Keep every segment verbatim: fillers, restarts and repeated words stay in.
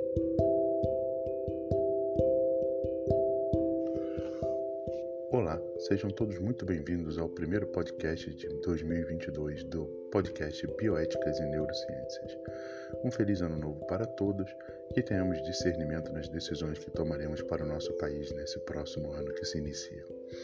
Olá, sejam todos muito bem-vindos ao primeiro podcast de dois mil e vinte e dois do podcast Bioéticas e Neurociências. Um feliz ano novo para todos e tenhamos discernimento nas decisões que tomaremos para o nosso país nesse próximo ano que se inicia.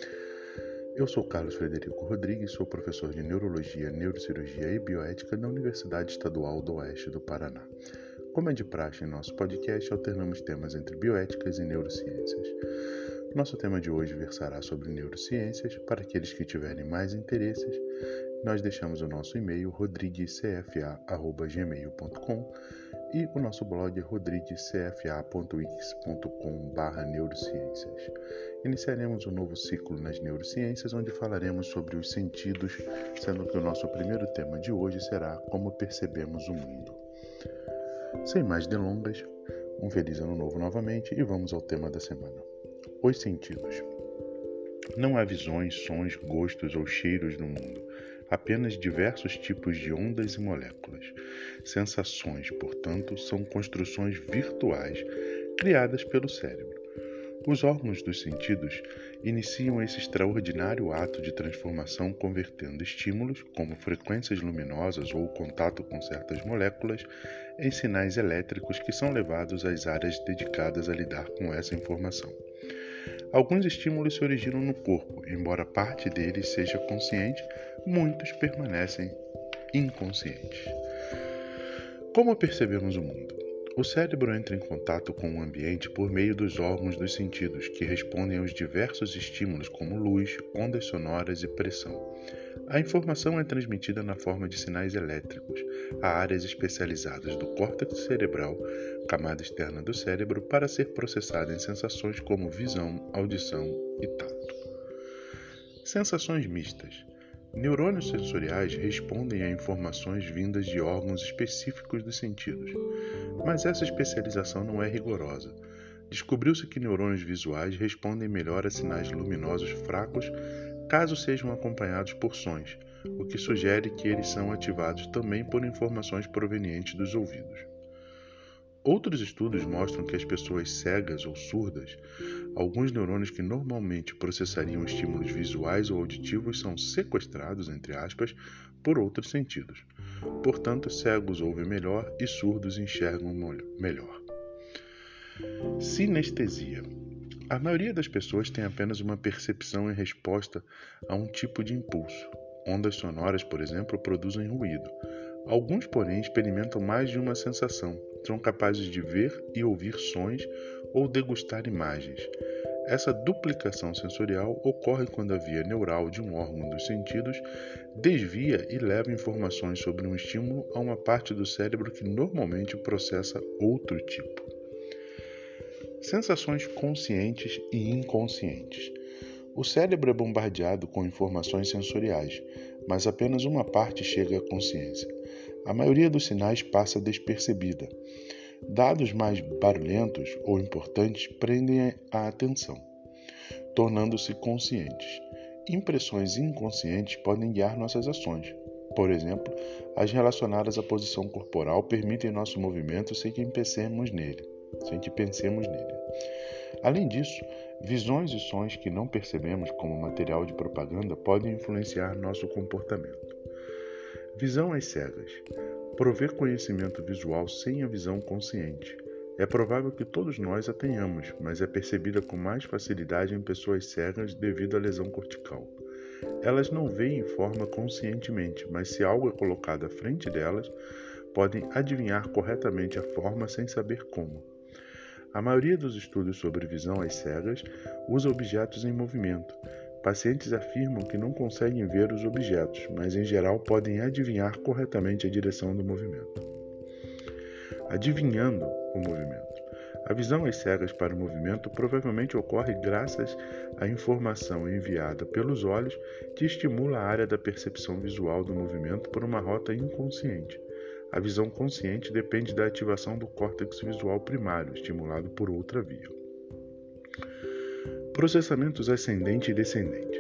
Eu sou Carlos Frederico Rodrigues, sou professor de Neurologia, Neurocirurgia e Bioética na Universidade Estadual do Oeste do Paraná. Como é de praxe em nosso podcast, alternamos temas entre bioéticas e neurociências. Nosso tema de hoje versará sobre neurociências. Para aqueles que tiverem mais interesses, nós deixamos o nosso e-mail rodrigues c f a arroba gmail ponto com e o nosso blog rodrigues c f a ponto wix ponto com barra neurociências. Iniciaremos um novo ciclo nas neurociências, onde falaremos sobre os sentidos, sendo que o nosso primeiro tema de hoje será como percebemos o mundo. Sem mais delongas, um feliz ano novo novamente e vamos ao tema da semana. Os sentidos. Não há visões, sons, gostos ou cheiros no mundo, apenas diversos tipos de ondas e moléculas. Sensações, portanto, são construções virtuais criadas pelo cérebro. Os órgãos dos sentidos iniciam esse extraordinário ato de transformação convertendo estímulos, como frequências luminosas ou contato com certas moléculas, em sinais elétricos que são levados às áreas dedicadas a lidar com essa informação. Alguns estímulos se originam no corpo, embora parte deles seja consciente, muitos permanecem inconscientes. Como percebemos o mundo? O cérebro entra em contato com o ambiente por meio dos órgãos dos sentidos, que respondem aos diversos estímulos como luz, ondas sonoras e pressão. A informação é transmitida na forma de sinais elétricos a áreas especializadas do córtex cerebral, camada externa do cérebro, para ser processada em sensações como visão, audição e tato. Sensações mistas. Neurônios sensoriais respondem a informações vindas de órgãos específicos dos sentidos, mas essa especialização não é rigorosa. Descobriu-se que neurônios visuais respondem melhor a sinais luminosos fracos caso sejam acompanhados por sons, o que sugere que eles são ativados também por informações provenientes dos ouvidos. Outros estudos mostram que as pessoas cegas ou surdas, alguns neurônios que normalmente processariam estímulos visuais ou auditivos são sequestrados, entre aspas, por outros sentidos. Portanto, cegos ouvem melhor e surdos enxergam melhor. Sinestesia. A maioria das pessoas tem apenas uma percepção em resposta a um tipo de impulso. Ondas sonoras, por exemplo, produzem ruído. Alguns, porém, experimentam mais de uma sensação. São capazes de ver e ouvir sons ou degustar imagens. Essa duplicação sensorial ocorre quando a via neural de um órgão dos sentidos desvia e leva informações sobre um estímulo a uma parte do cérebro que normalmente processa outro tipo. Sensações conscientes e inconscientes. O cérebro é bombardeado com informações sensoriais, mas apenas uma parte chega à consciência. A maioria dos sinais passa despercebida. Dados mais barulhentos ou importantes prendem a atenção, tornando-se conscientes. Impressões inconscientes podem guiar nossas ações. Por exemplo, as relacionadas à posição corporal permitem nosso movimento sem que pensemos nele. Sem que pensemos nele. Além disso, visões e sons que não percebemos como material de propaganda podem influenciar nosso comportamento. Visão às cegas. Prover conhecimento visual sem a visão consciente. É provável que todos nós a tenhamos, mas é percebida com mais facilidade em pessoas cegas devido à lesão cortical. Elas não veem em forma conscientemente, mas se algo é colocado à frente delas, podem adivinhar corretamente a forma sem saber como. A maioria dos estudos sobre visão às cegas usa objetos em movimento. Pacientes afirmam que não conseguem ver os objetos, mas em geral podem adivinhar corretamente a direção do movimento. Adivinhando o movimento. A visão às cegas para o movimento provavelmente ocorre graças à informação enviada pelos olhos que estimula a área da percepção visual do movimento por uma rota inconsciente. A visão consciente depende da ativação do córtex visual primário, estimulado por outra via. Processamentos ascendente e descendente.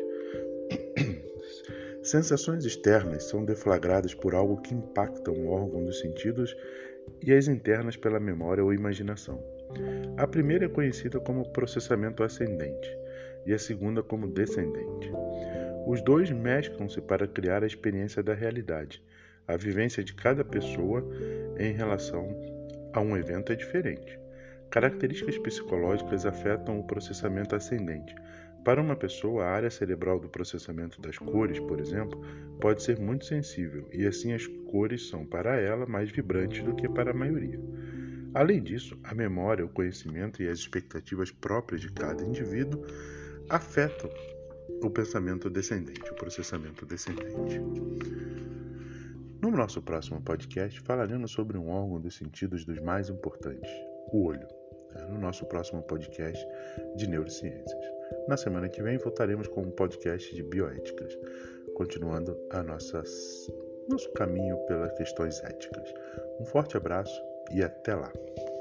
Sensações externas são deflagradas por algo que impacta um órgão dos sentidos e as internas pela memória ou imaginação. A primeira é conhecida como processamento ascendente e a segunda como descendente. Os dois mesclam-se para criar a experiência da realidade. A vivência de cada pessoa em relação a um evento é diferente. Características psicológicas afetam o processamento ascendente. Para uma pessoa, a área cerebral do processamento das cores, por exemplo, pode ser muito sensível, e assim as cores são para ela mais vibrantes do que para a maioria. Além disso, a memória, o conhecimento e as expectativas próprias de cada indivíduo afetam o pensamento descendente, o processamento descendente. No nosso próximo podcast, falaremos sobre um órgão dos sentidos dos mais importantes, o olho, no nosso próximo podcast de neurociências. Na semana que vem, voltaremos com um podcast de bioéticas, continuando a nossa, nosso caminho pelas questões éticas. Um forte abraço e até lá!